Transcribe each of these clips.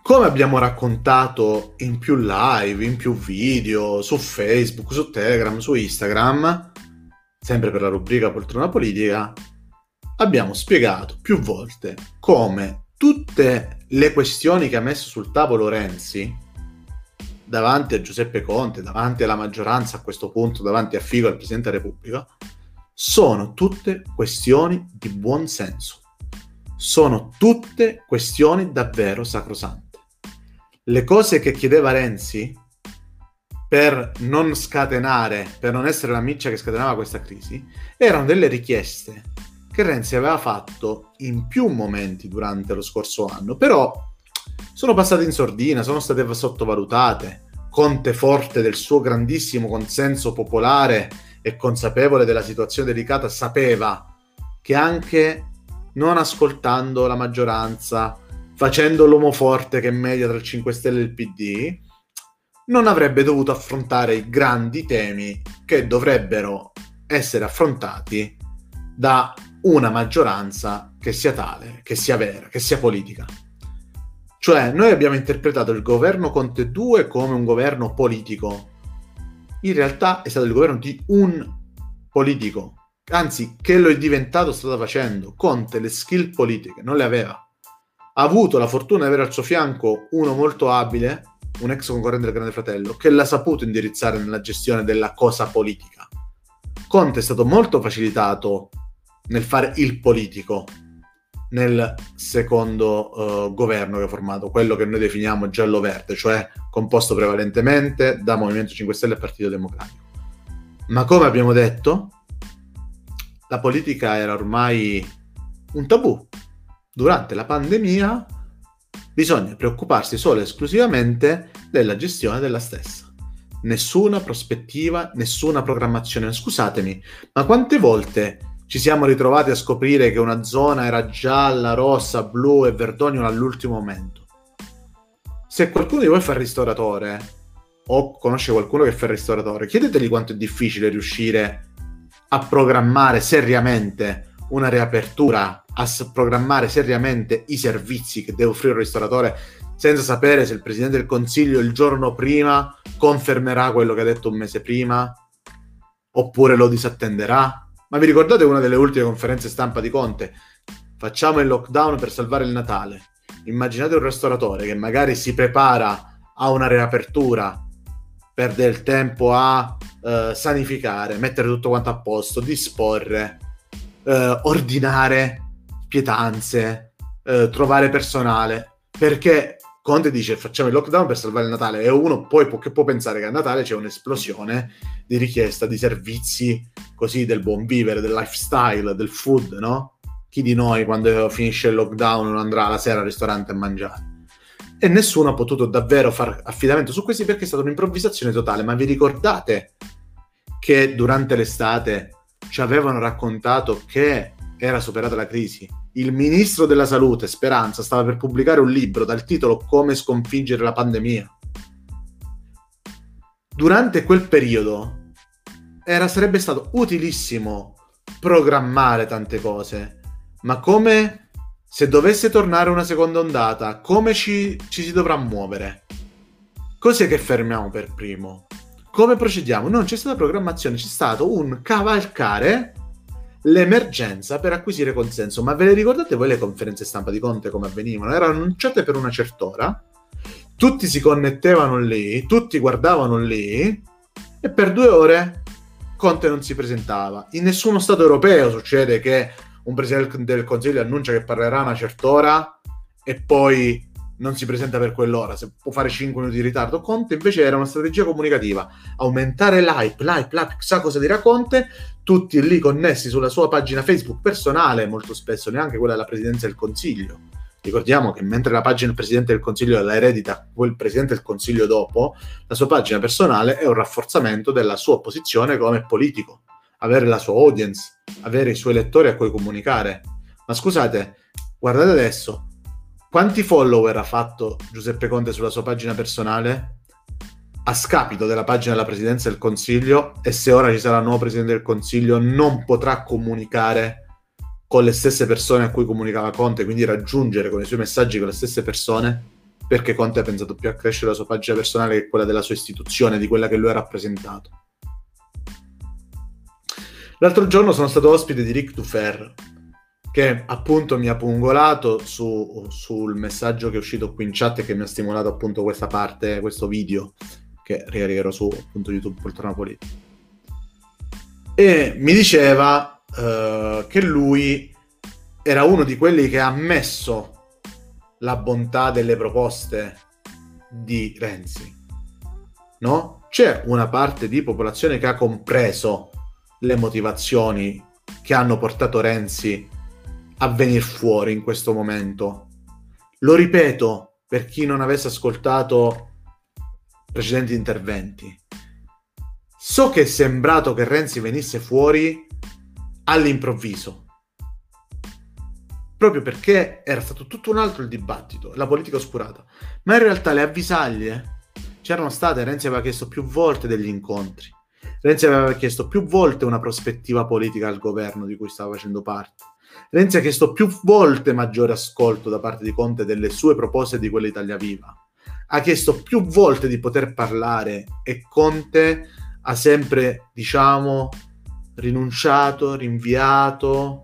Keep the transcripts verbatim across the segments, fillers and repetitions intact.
Come abbiamo raccontato in più live, in più video, su Facebook, su Telegram, su Instagram, sempre per la rubrica Poltrona Politica, abbiamo spiegato più volte come tutte le questioni che ha messo sul tavolo Renzi, davanti a Giuseppe Conte, davanti alla maggioranza a questo punto, davanti a Figo, al Presidente della Repubblica, sono tutte questioni di buon senso. Sono tutte questioni davvero sacrosante. Le cose che chiedeva Renzi per non scatenare, per non essere la miccia che scatenava questa crisi, erano delle richieste che Renzi aveva fatto in più momenti durante lo scorso anno, però sono passate in sordina, sono state sottovalutate. Conte, forte del suo grandissimo consenso popolare e consapevole della situazione delicata, sapeva che anche non ascoltando la maggioranza, facendo l'uomo forte che media tra il cinque Stelle e il P D, non avrebbe dovuto affrontare i grandi temi che dovrebbero essere affrontati da una maggioranza che sia tale, che sia vera, che sia politica. Cioè, noi abbiamo interpretato il governo Conte due come un governo politico. In realtà è stato il governo di un politico, anzi, che lo è diventato strada facendo. Conte le skill politiche non le aveva. Ha avuto la fortuna di avere al suo fianco uno molto abile, un ex concorrente del Grande Fratello, che l'ha saputo indirizzare nella gestione della cosa politica. Conte è stato molto facilitato nel fare il politico nel secondo uh, governo che ha formato, quello che noi definiamo giallo-verde, cioè composto prevalentemente da Movimento cinque Stelle e Partito Democratico. Ma come abbiamo detto, la politica era ormai un tabù. Durante la pandemia bisogna preoccuparsi solo e esclusivamente della gestione della stessa. Nessuna prospettiva, nessuna programmazione. Scusatemi, ma quante volte ci siamo ritrovati a scoprire che una zona era gialla, rossa, blu e verdognola all'ultimo momento? Se qualcuno di voi fa il ristoratore o conosce qualcuno che fa il ristoratore, chiedeteli quanto è difficile riuscire a programmare seriamente una riapertura, a programmare seriamente i servizi che deve offrire il ristoratore senza sapere se il Presidente del Consiglio il giorno prima confermerà quello che ha detto un mese prima oppure lo disattenderà. Ma vi ricordate una delle ultime conferenze stampa di Conte? Facciamo il lockdown per salvare il Natale. Immaginate un ristoratore che magari si prepara a una riapertura, perde il tempo a uh, sanificare, mettere tutto quanto a posto, disporre, uh, ordinare pietanze, uh, trovare personale, perché Conte dice facciamo il lockdown per salvare il Natale e uno poi può, che può pensare che a Natale c'è un'esplosione di richiesta di servizi così del buon vivere, del lifestyle, del food, no? Chi di noi quando finisce il lockdown non andrà la sera al ristorante a mangiare? E nessuno ha potuto davvero fare affidamento su questi perché è stata un'improvvisazione totale. Ma vi ricordate che durante l'estate ci avevano raccontato che era superata la crisi? Il ministro della salute, Speranza, stava per pubblicare un libro dal titolo Come sconfiggere la pandemia. Durante quel periodo era, sarebbe stato utilissimo programmare tante cose, ma come se dovesse tornare una seconda ondata, come ci, ci si dovrà muovere? Cos'è che fermiamo per primo? Come procediamo? Non c'è stata programmazione, c'è stato un cavalcare l'emergenza per acquisire consenso. Ma ve le ricordate voi le conferenze stampa di Conte come avvenivano? Erano annunciate per una certa ora, tutti si connettevano lì, tutti guardavano lì e per due ore Conte non si presentava. In nessuno Stato europeo succede che un Presidente del Consiglio annuncia che parlerà a una certa ora e poi non si presenta per quell'ora, se può fare cinque minuti di ritardo. Conte invece era una strategia comunicativa, aumentare l'hype, l'hype, l'hype, sa cosa dirà Conte, tutti lì connessi sulla sua pagina Facebook personale, molto spesso neanche quella della Presidenza del Consiglio. Ricordiamo che mentre la pagina del Presidente del Consiglio la eredita quel Presidente del Consiglio dopo, la sua pagina personale è un rafforzamento della sua posizione come politico, avere la sua audience, avere i suoi lettori a cui comunicare. Ma scusate, guardate adesso, quanti follower ha fatto Giuseppe Conte sulla sua pagina personale a scapito della pagina della Presidenza del Consiglio? E se ora ci sarà il nuovo Presidente del Consiglio non potrà comunicare con le stesse persone a cui comunicava Conte, quindi raggiungere con i suoi messaggi con le stesse persone? perché Conte ha pensato più a crescere la sua pagina personale che quella della sua istituzione, di quella che lui ha rappresentato. L'altro giorno sono stato ospite di Ric Dufer, che appunto mi ha pungolato su, sul messaggio che è uscito qui in chat e che mi ha stimolato appunto questa parte, questo video che ricaricherò su appunto YouTube Poltrona Politica. E mi diceva uh, che lui era uno di quelli che ha ammesso la bontà delle proposte di Renzi, no? C'è una parte di popolazione che ha compreso le motivazioni che hanno portato Renzi a venire fuori in questo momento. Lo ripeto per chi non avesse ascoltato precedenti interventi. So che è sembrato che Renzi venisse fuori all'improvviso, proprio perché era stato tutto un altro il dibattito, la politica oscurata, ma in realtà le avvisaglie c'erano state. Renzi aveva chiesto più volte degli incontri, Renzi aveva chiesto più volte una prospettiva politica al governo di cui stava facendo parte, Renzi ha chiesto più volte maggiore ascolto da parte di Conte delle sue proposte e di quelle Italia Viva, ha chiesto più volte di poter parlare e Conte ha sempre, diciamo, rinunciato, rinviato,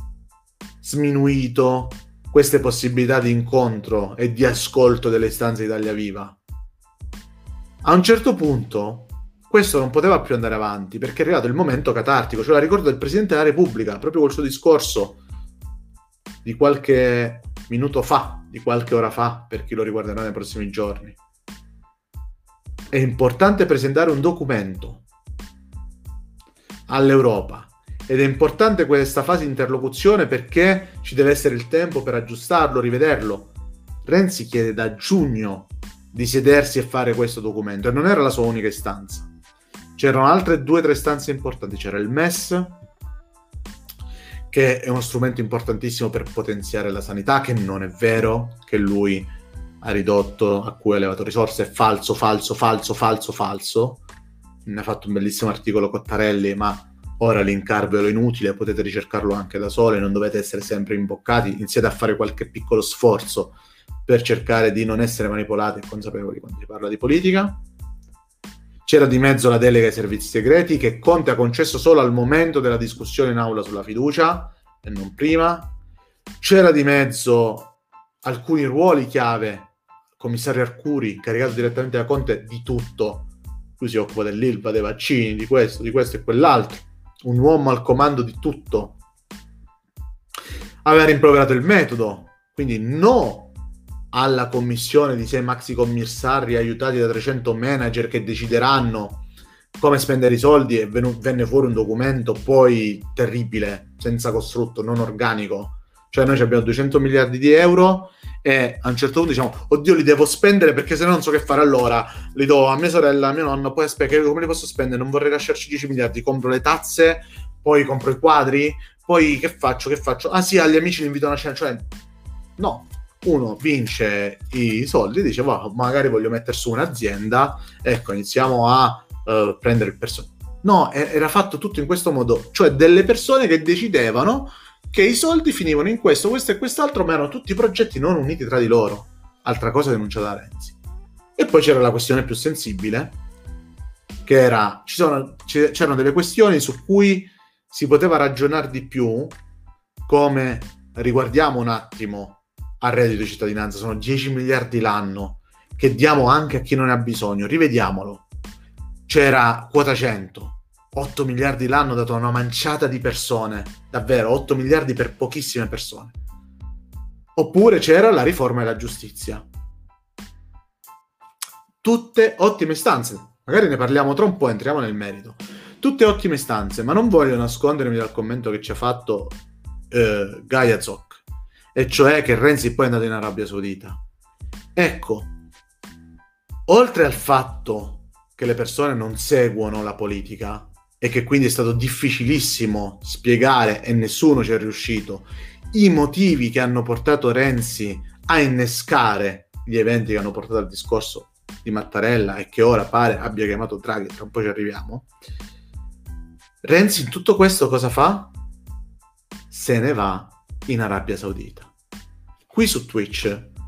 sminuito queste possibilità di incontro e di ascolto delle istanze di Italia Viva. A un certo punto questo non poteva più andare avanti, perché è arrivato il momento catartico, cioè la ricordo del Presidente della Repubblica, proprio col suo discorso di qualche minuto fa, di qualche ora fa, per chi lo riguarderà nei prossimi giorni. È importante presentare un documento all'Europa ed è importante questa fase di interlocuzione perché ci deve essere il tempo per aggiustarlo, rivederlo. Renzi chiede da giugno di sedersi e fare questo documento e non era la sua unica istanza. C'erano altre due o tre istanze importanti. C'era il M E S, che è uno strumento importantissimo per potenziare la sanità, che non è vero, che lui ha ridotto, a cui ha levato risorse, è falso, falso, falso, falso, falso. Ne ha fatto un bellissimo articolo Cottarelli, ma ora l'incarvelo è inutile, potete ricercarlo anche da sole, non dovete essere sempre imboccati, iniziate a fare qualche piccolo sforzo per cercare di non essere manipolati e consapevoli quando si parla di politica. C'era di mezzo la delega ai servizi segreti, che Conte ha concesso solo al momento della discussione in aula sulla fiducia e non prima. C'era di mezzo alcuni ruoli chiave, commissario Arcuri, caricato direttamente da Conte di tutto, lui si occupa dell'Ilva, dei vaccini, di questo, di questo e quell'altro, un uomo al comando di tutto. Aveva rimproverato il metodo, quindi no alla commissione di sei maxi commissari aiutati da trecento manager che decideranno come spendere i soldi, e venu- venne fuori un documento poi terribile, senza costrutto, non organico. Cioè noi abbiamo duecento miliardi di euro e a un certo punto diciamo oddio li devo spendere perché se no non so che fare, allora li do a mia sorella, a mio nonno, poi aspetta come li posso spendere, non vorrei lasciarci dieci miliardi, compro le tazze, poi compro i quadri, poi che faccio, che faccio? Ah sì, agli amici li invito a una cena, cioè no. Uno vince i soldi e dice wow, magari voglio mettere su un'azienda, ecco, iniziamo a uh, prendere il personale. No, era fatto tutto in questo modo, cioè delle persone che decidevano che i soldi finivano in questo, questo e quest'altro, ma erano tutti progetti non uniti tra di loro. Altra cosa denunciata da Renzi. E poi c'era la questione più sensibile, che era, ci sono, c'erano delle questioni su cui si poteva ragionare di più, come riguardiamo un attimo al reddito di cittadinanza, sono dieci miliardi l'anno che diamo anche a chi non ne ha bisogno, rivediamolo. C'era quota cento, otto miliardi l'anno dato a una manciata di persone, davvero otto miliardi per pochissime persone. Oppure c'era la riforma della giustizia, tutte ottime istanze, magari ne parliamo tra un po', entriamo nel merito, tutte ottime istanze, ma non voglio nascondermi dal commento che ci ha fatto eh, Gaia Zoc, e cioè che Renzi poi è andato in Arabia Saudita. Ecco, oltre al fatto che le persone non seguono la politica e che quindi è stato difficilissimo spiegare, e nessuno ci è riuscito, i motivi che hanno portato Renzi a innescare gli eventi che hanno portato al discorso di Mattarella e che ora pare abbia chiamato Draghi, tra un po' ci arriviamo, Renzi in tutto questo cosa fa? Se ne va in Arabia Saudita. Qui su Twitch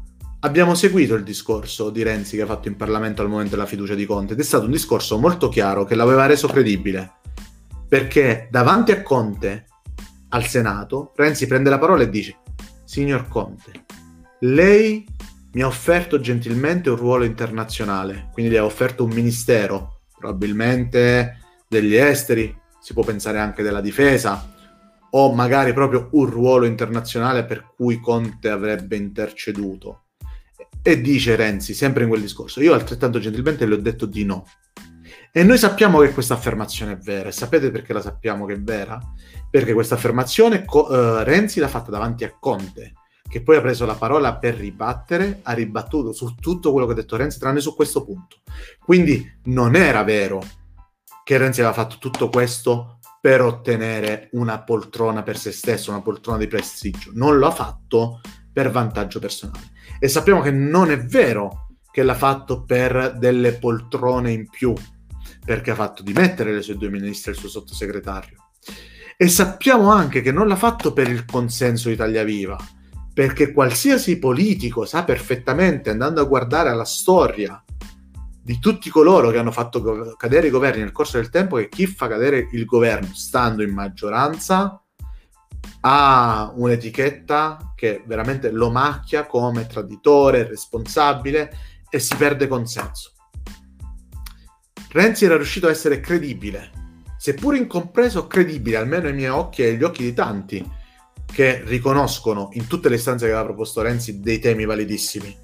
abbiamo seguito il discorso di Renzi che ha fatto in Parlamento al momento della fiducia di Conte ed è stato un discorso molto chiaro che l'aveva reso credibile, perché davanti a Conte al Senato Renzi prende la parola e dice: signor Conte, lei mi ha offerto gentilmente un ruolo internazionale, quindi gli ha offerto un ministero, probabilmente degli esteri, si può pensare anche della difesa, o magari proprio un ruolo internazionale per cui Conte avrebbe interceduto. E dice Renzi, sempre in quel discorso: io altrettanto gentilmente le ho detto di no. E noi sappiamo che questa affermazione è vera. E sapete perché la sappiamo che è vera? Perché questa affermazione uh, Renzi l'ha fatta davanti a Conte, che poi ha preso la parola per ribattere, ha ribattuto su tutto quello che ha detto Renzi, tranne su questo punto. Quindi non era vero che Renzi aveva fatto tutto questo per ottenere una poltrona per se stesso, una poltrona di prestigio. Non lo ha fatto per vantaggio personale. E sappiamo che non è vero che l'ha fatto per delle poltrone in più, perché ha fatto dimettere le sue due ministre e il suo sottosegretario. E sappiamo anche che non l'ha fatto per il consenso di Italia Viva, perché qualsiasi politico sa perfettamente, andando a guardare alla storia di tutti coloro che hanno fatto cadere i governi nel corso del tempo, che chi fa cadere il governo stando in maggioranza ha un'etichetta che veramente lo macchia come traditore, responsabile, e si perde consenso. Renzi era riuscito a essere credibile, seppur incompreso, credibile, almeno ai miei occhi e agli occhi di tanti che riconoscono in tutte le istanze che aveva proposto Renzi dei temi validissimi,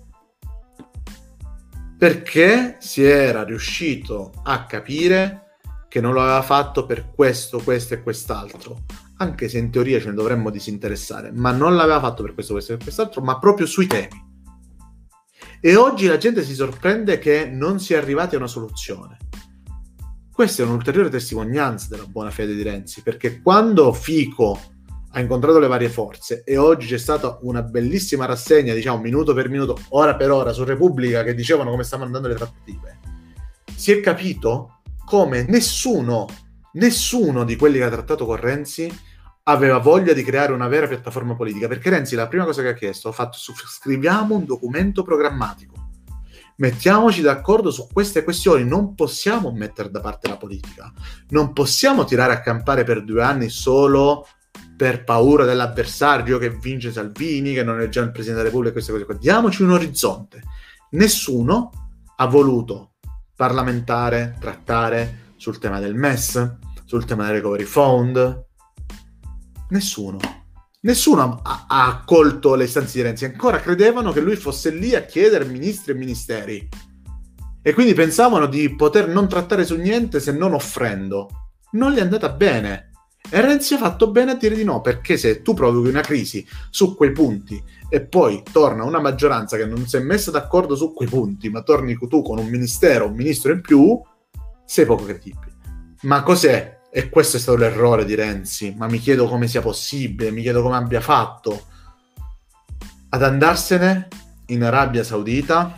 perché si era riuscito a capire che non lo aveva fatto per questo, questo e quest'altro, anche se in teoria ce ne dovremmo disinteressare, ma non l'aveva fatto per questo, questo e quest'altro, ma proprio sui temi. E oggi la gente si sorprende che non si è arrivati a una soluzione. Questa è un'ulteriore testimonianza della buona fede di Renzi, perché quando Fico ha incontrato le varie forze e oggi c'è stata una bellissima rassegna, diciamo minuto per minuto, ora per ora, su Repubblica, che dicevano come stavano andando le trattative, si è capito come nessuno, nessuno di quelli che ha trattato con Renzi aveva voglia di creare una vera piattaforma politica, perché Renzi la prima cosa che ha chiesto ha fatto: scriviamo un documento programmatico, mettiamoci d'accordo su queste questioni, non possiamo mettere da parte la politica, non possiamo tirare a campare per due anni solo per paura dell'avversario, che vince Salvini, che non è già il Presidente della Repubblica, queste cose qua. Diamoci un orizzonte. Nessuno ha voluto parlamentare, trattare sul tema del M E S, sul tema del Recovery Fund. Nessuno. Nessuno ha, ha accolto le istanze di Renzi. Ancora credevano che lui fosse lì a chiedere ministri e ministeri. E quindi pensavano di poter non trattare su niente se non offrendo. Non gli è andata bene. E Renzi ha fatto bene a dire di no, perché se tu provochi una crisi su quei punti e poi torna una maggioranza che non si è messa d'accordo su quei punti, ma torni tu con un ministero, un ministro in più, sei poco credibile. Ma cos'è? E questo è stato l'errore di Renzi, ma mi chiedo come sia possibile, mi chiedo come abbia fatto ad andarsene in Arabia Saudita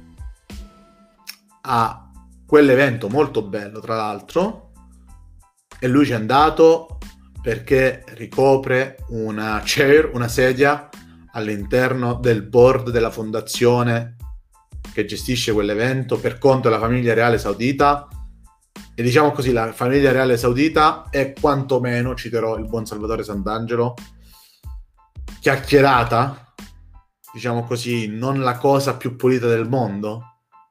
a quell'evento molto bello, tra l'altro, e lui ci è andato perché ricopre una chair, una sedia all'interno del board della fondazione che gestisce quell'evento per conto della famiglia reale saudita. E diciamo così, la famiglia reale saudita è quantomeno, citerò il buon Salvatore Sant'Angelo, chiacchierata, diciamo così, non la cosa più pulita del mondo.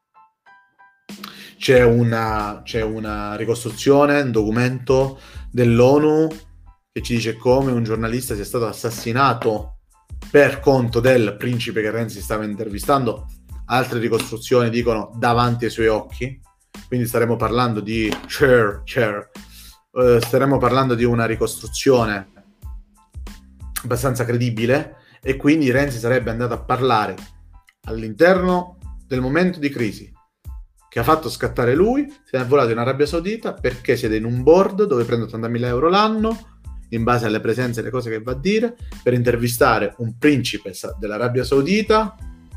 C'è una, c'è una ricostruzione, un documento dell'ONU che ci dice come un giornalista sia stato assassinato per conto del principe che Renzi stava intervistando. Altre ricostruzioni dicono davanti ai suoi occhi. Quindi staremo parlando di chair, chair. Uh, staremo parlando di una ricostruzione abbastanza credibile, e quindi Renzi sarebbe andato a parlare all'interno del momento di crisi che ha fatto scattare lui, se ne è volato in Arabia Saudita perché siede in un board dove prende ottantamila euro l'anno in base alle presenze e le cose che va a dire, per intervistare un principe dell'Arabia Saudita.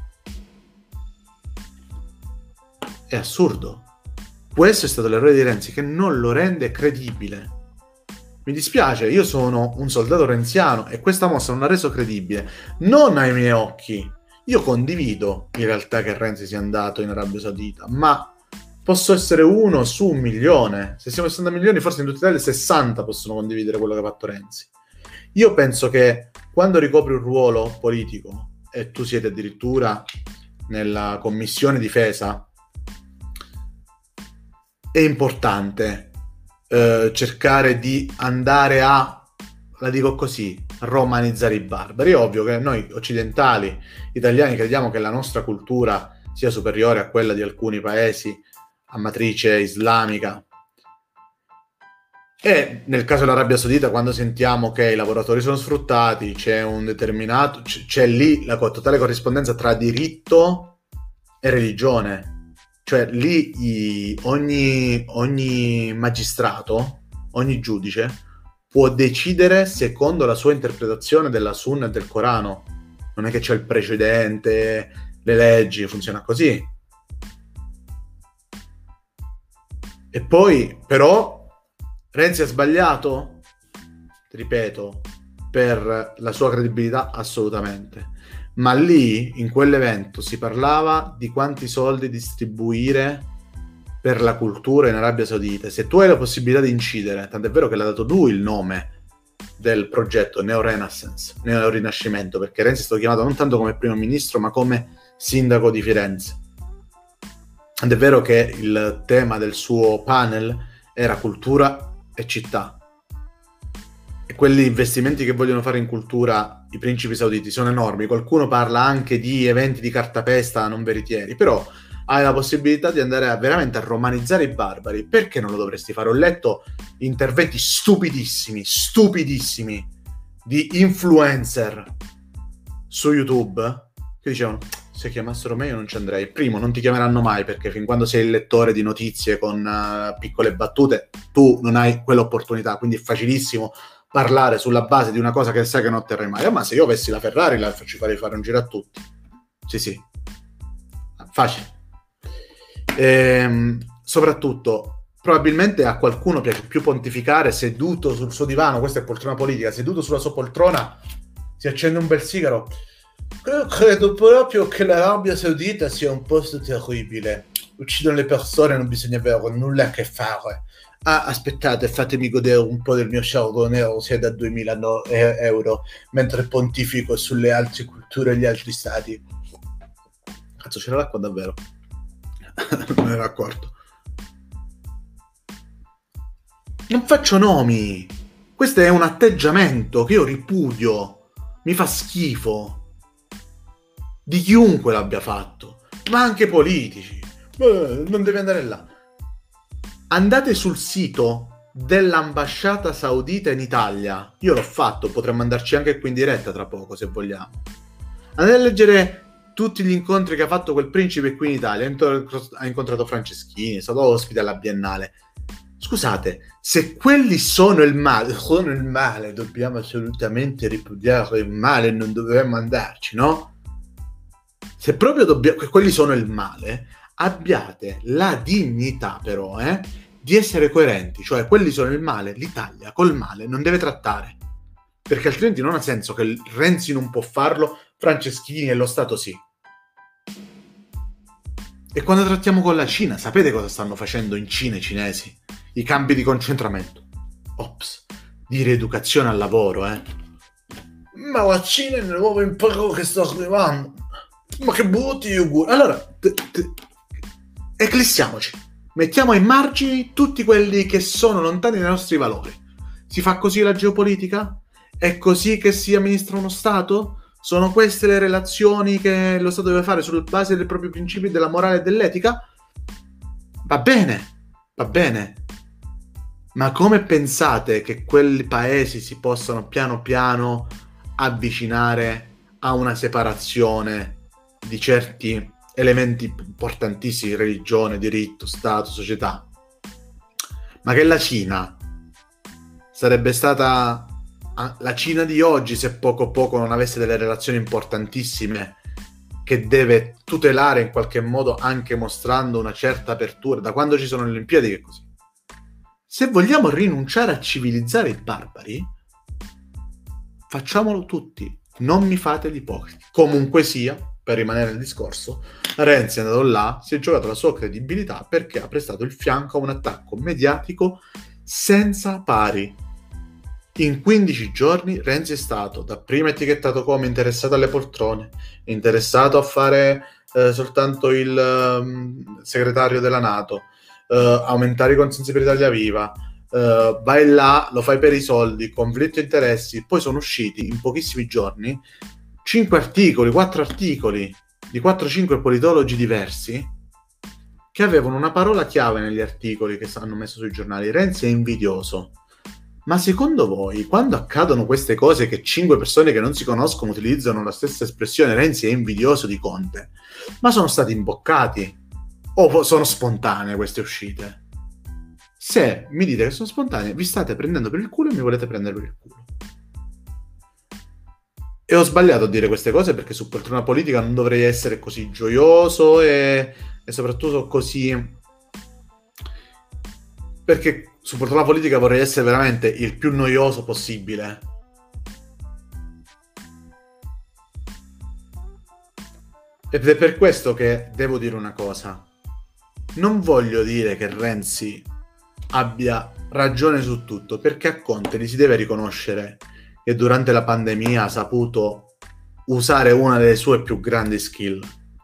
È assurdo. Questo è stato l'errore di Renzi, che non lo rende credibile. Mi dispiace, io sono un soldato renziano e questa mossa non l'ha reso credibile, non ai miei occhi. Io condivido in realtà che Renzi sia andato in Arabia Saudita, ma posso essere uno su un milione. Se siamo sessanta milioni, forse in tutta Italia sessanta possono condividere quello che ha fatto Renzi. Io penso che quando ricopri un ruolo politico, e tu siete addirittura nella commissione difesa, è importante eh, cercare di andare a, la dico così, romanizzare i barbari. È ovvio che noi occidentali, italiani, crediamo che la nostra cultura sia superiore a quella di alcuni paesi a matrice islamica. E nel caso dell'Arabia Saudita, quando sentiamo che i lavoratori sono sfruttati, c'è un determinato, c- c'è lì la totale corrispondenza tra diritto e religione. Cioè lì i, ogni, ogni magistrato, ogni giudice può decidere secondo la sua interpretazione della Sunna e del Corano. Non è che c'è il precedente, le leggi, funziona così. E poi, però, Renzi ha sbagliato? Ripeto, per la sua credibilità assolutamente. Ma lì, in quell'evento, si parlava di quanti soldi distribuire per la cultura in Arabia Saudita. Se tu hai la possibilità di incidere, tant'è vero che l'ha dato lui il nome del progetto Neo Renaissance, Neo Rinascimento, perché Renzi è stato chiamato non tanto come primo ministro, ma come sindaco di Firenze. Ed è vero che il tema del suo panel era cultura e città. E quelli investimenti che vogliono fare in cultura i principi sauditi sono enormi. Qualcuno parla anche di eventi di cartapesta non veritieri, però hai la possibilità di andare a veramente a romanizzare i barbari. Perché non lo dovresti fare? Ho letto interventi stupidissimi, stupidissimi di influencer su YouTube che dicevano: se chiamassero me io non ci andrei. Primo, non ti chiameranno mai, perché fin quando sei il lettore di notizie con uh, piccole battute, tu non hai quell'opportunità, quindi è facilissimo parlare sulla base di una cosa che sai che non otterrai mai. Ma se io avessi la Ferrari la ci farei fare un giro a tutti. Sì, sì. Facile. Ehm, soprattutto, probabilmente a qualcuno piace più pontificare seduto sul suo divano, questa è poltrona politica, seduto sulla sua poltrona, si accende un bel sigaro. Credo proprio che l'Arabia Saudita sia un posto terribile. Uccidono le persone, non bisogna avere nulla a che fare. Ah, aspettate, fatemi godere un po' del mio chardonnay, sia da duemila euro, mentre pontifico sulle altre culture e gli altri stati. Cazzo, c'era l'acqua davvero? Non me ne ero accorto. Non faccio nomi. Questo è un atteggiamento che io ripudio. Mi fa schifo. Di chiunque l'abbia fatto, ma anche politici. Beh, non deve andare là. Andate sul sito dell'ambasciata saudita in Italia. Io l'ho fatto, potremmo andarci anche qui in diretta tra poco se vogliamo. Andate a leggere tutti gli incontri che ha fatto quel principe qui in Italia. Ha incontrato Franceschini, è stato ospite alla Biennale. Scusate, se quelli sono il male, sono il male, dobbiamo assolutamente ripudiare il male e non dovremmo andarci, no? Se proprio dobbiamo, quelli sono il male, abbiate la dignità però eh, di essere coerenti, cioè quelli sono il male, l'Italia col male non deve trattare, perché altrimenti non ha senso che Renzi non può farlo, Franceschini e lo Stato sì. E quando trattiamo con la Cina, sapete cosa stanno facendo in Cina i cinesi? I campi di concentramento. Ops, di rieducazione al lavoro, eh. Ma la Cina è il nuovo impero che sta arrivando. Ma che brutti auguri. Allora, t- t- eclissiamoci. Mettiamo ai margini tutti quelli che sono lontani dai nostri valori. Si fa così la geopolitica? È così che si amministra uno Stato? Sono queste le relazioni che lo Stato deve fare sulla base dei propri principi della morale e dell'etica? Va bene, va bene. Ma come pensate che quei paesi si possano piano piano avvicinare a una separazione di certi elementi importantissimi, religione, diritto, Stato, società? Ma che la Cina sarebbe stata la Cina di oggi se poco poco non avesse delle relazioni importantissime che deve tutelare in qualche modo, anche mostrando una certa apertura? Da quando ci sono le Olimpiadi che è così. Se vogliamo rinunciare a civilizzare i barbari, facciamolo tutti, non mi fate gli ipocriti. Comunque sia, per rimanere nel discorso, Renzi è andato là, si è giocato la sua credibilità perché ha prestato il fianco a un attacco mediatico senza pari. In quindici giorni Renzi è stato dapprima etichettato come interessato alle poltrone, interessato a fare eh, soltanto il um, segretario della NATO, eh, aumentare i consensi per Italia Viva, eh, vai là, lo fai per i soldi, conflitto di interessi. Poi sono usciti in pochissimi giorni cinque articoli, quattro articoli di quattro cinque politologi diversi che avevano una parola chiave negli articoli che hanno messo sui giornali: Renzi è invidioso. Ma secondo voi, quando accadono queste cose che cinque persone che non si conoscono utilizzano la stessa espressione, Renzi è invidioso di Conte, ma sono stati imboccati o sono spontanee queste uscite? Se mi dite che sono spontanee, vi state prendendo per il culo e mi volete prendere per il culo. E ho sbagliato a dire queste cose perché su poltrona politica non dovrei essere così gioioso e, e soprattutto così... perché su poltrona politica vorrei essere veramente il più noioso possibile. Ed è per questo che devo dire una cosa. Non voglio dire che Renzi abbia ragione su tutto, perché a Conte gli si deve riconoscere che durante la pandemia ha saputo usare una delle sue più grandi skill.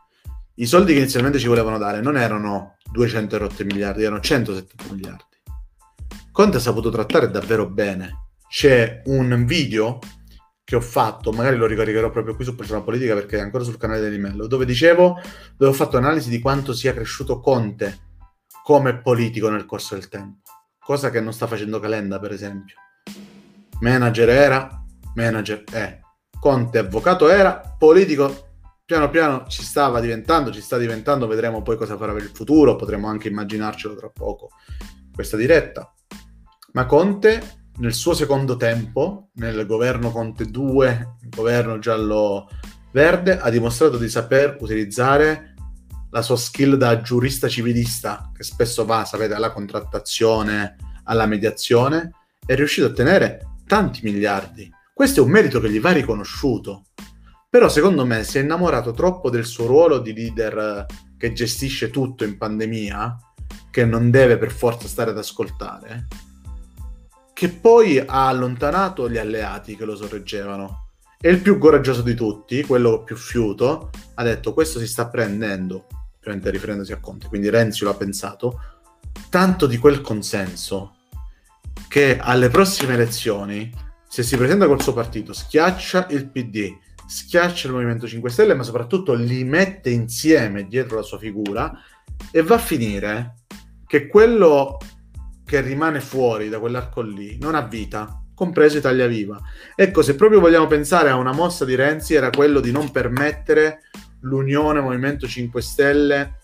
I soldi che inizialmente ci volevano dare non erano duecento e rotti miliardi, erano centosettanta miliardi. Conte ha saputo trattare davvero bene. C'è un video che ho fatto, magari lo ricaricherò proprio qui su Poltrona Politica perché è ancora sul canale dell'Imello, dove dicevo, dove ho fatto analisi di quanto sia cresciuto Conte come politico nel corso del tempo, cosa che non sta facendo Calenda, per esempio. Manager era, manager è. Conte avvocato era, politico piano piano ci stava diventando, ci sta diventando, vedremo poi cosa farà per il futuro, potremo anche immaginarcelo tra poco questa diretta. Ma Conte nel suo secondo tempo, nel governo Conte due, il governo giallo-verde, ha dimostrato di saper utilizzare la sua skill da giurista civilista, che spesso va, sapete, alla contrattazione, alla mediazione, è riuscito a ottenere tanti miliardi. Questo è un merito che gli va riconosciuto. Però secondo me si è innamorato troppo del suo ruolo di leader che gestisce tutto in pandemia, che non deve per forza stare ad ascoltare, che poi ha allontanato gli alleati che lo sorreggevano. E il più coraggioso di tutti, quello più fiuto, ha detto: questo si sta prendendo, ovviamente riferendosi a Conte, quindi Renzi lo ha pensato, tanto di quel consenso che alle prossime elezioni, se si presenta col suo partito, schiaccia il P D, schiaccia il Movimento cinque Stelle, ma soprattutto li mette insieme dietro la sua figura, e va a finire che quello che rimane fuori da quell'arco lì non ha vita, compreso Italia Viva. Ecco, se proprio vogliamo pensare a una mossa di Renzi, era quello di non permettere l'unione Movimento cinque Stelle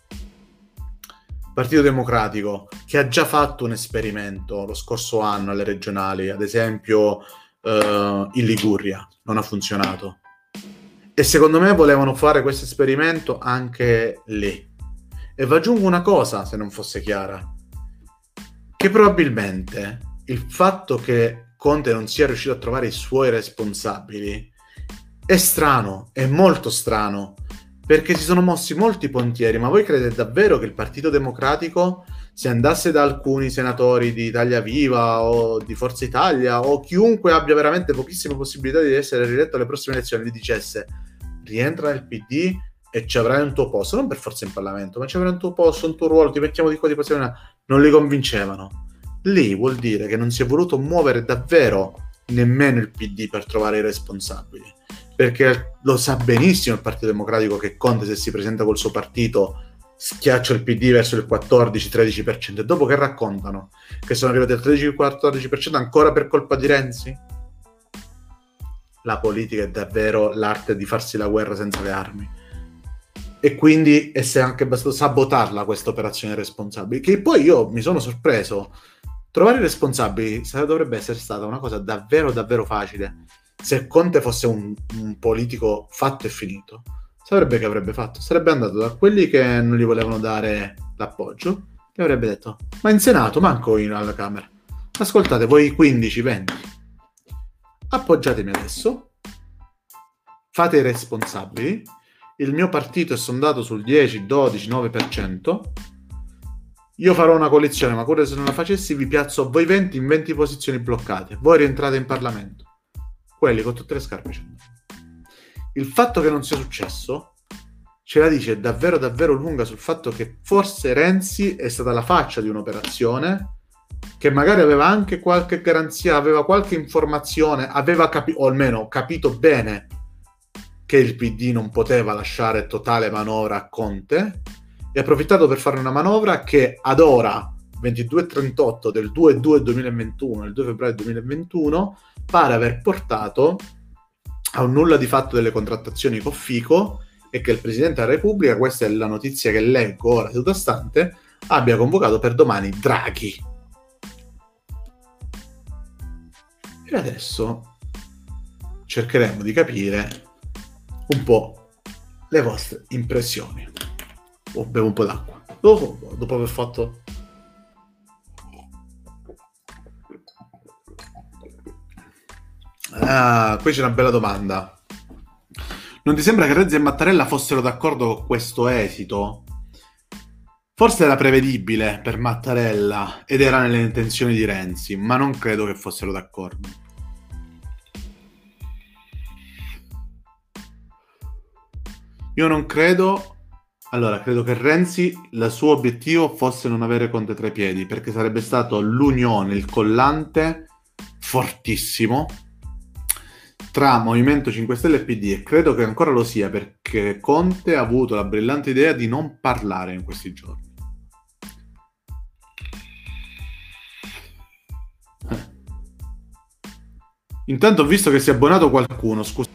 Partito Democratico, che ha già fatto un esperimento lo scorso anno alle regionali, ad esempio eh, in Liguria, non ha funzionato. E secondo me volevano fare questo esperimento anche lì. E vi aggiungo una cosa, se non fosse chiara, che probabilmente il fatto che Conte non sia riuscito a trovare i suoi responsabili è strano, è molto strano, perché si sono mossi molti pontieri. Ma voi credete davvero che il Partito Democratico, se andasse da alcuni senatori di Italia Viva o di Forza Italia o chiunque abbia veramente pochissime possibilità di essere rieletto alle prossime elezioni, gli dicesse: rientra nel P D e ci avrai un tuo posto, non per forza in Parlamento, ma ci avrai un tuo posto, un tuo ruolo, ti mettiamo di qua, di qua, non li convincevano. Lì vuol dire che non si è voluto muovere davvero nemmeno il P D per trovare i responsabili, perché lo sa benissimo il Partito Democratico che Conte, se si presenta col suo partito, schiaccia il P D verso il quattordici tredici per cento, e dopo che raccontano che sono arrivati al tredici quattordici per cento ancora per colpa di Renzi? La politica è davvero l'arte di farsi la guerra senza le armi, e quindi è anche bastato sabotarla questa operazione responsabile, che poi io mi sono sorpreso. Trovare i responsabili dovrebbe essere stata una cosa davvero davvero facile. Se Conte fosse un, un politico fatto e finito, saprebbe che avrebbe fatto? Sarebbe andato da quelli che non gli volevano dare l'appoggio e avrebbe detto: ma in Senato, manco in alla Camera, ascoltate voi quindici venti, appoggiatemi adesso, fate i responsabili. il mio partito è sondato sul dieci, dodici, nove per cento, io farò una coalizione, ma pure se non la facessi vi piazzo a voi venti in venti posizioni bloccate, voi rientrate in Parlamento. Quelli con tutte le scarpe c'è. Il fatto che non sia successo ce la dice davvero davvero lunga sul fatto che forse Renzi è stata la faccia di un'operazione che magari aveva anche qualche garanzia, aveva qualche informazione, aveva capito, o almeno capito bene che il P D non poteva lasciare totale manovra a Conte, e ha approfittato per fare una manovra che ad ora, ventidue e trentotto del due due duemilaventuno, il due febbraio duemilaventuno, pare aver portato a un nulla di fatto delle contrattazioni con Fico, e che il Presidente della Repubblica, questa è la notizia che leggo ora seduta stante, abbia convocato per domani Draghi. E adesso cercheremo di capire un po' le vostre impressioni. Oh, bevo un po' d'acqua. Dopo, dopo aver fatto... Ah, qui c'è una bella domanda. Non ti sembra che Renzi e Mattarella fossero d'accordo con questo esito? Forse era prevedibile per Mattarella ed era nelle intenzioni di Renzi, ma non credo che fossero d'accordo. Io non credo... Allora, credo che Renzi, il suo obiettivo fosse non avere Conte tra i piedi, perché sarebbe stato l'unione, il collante fortissimo tra Movimento cinque Stelle e P D, e credo che ancora lo sia, perché Conte ha avuto la brillante idea di non parlare in questi giorni. Intanto ho visto che si è abbonato qualcuno, scusa.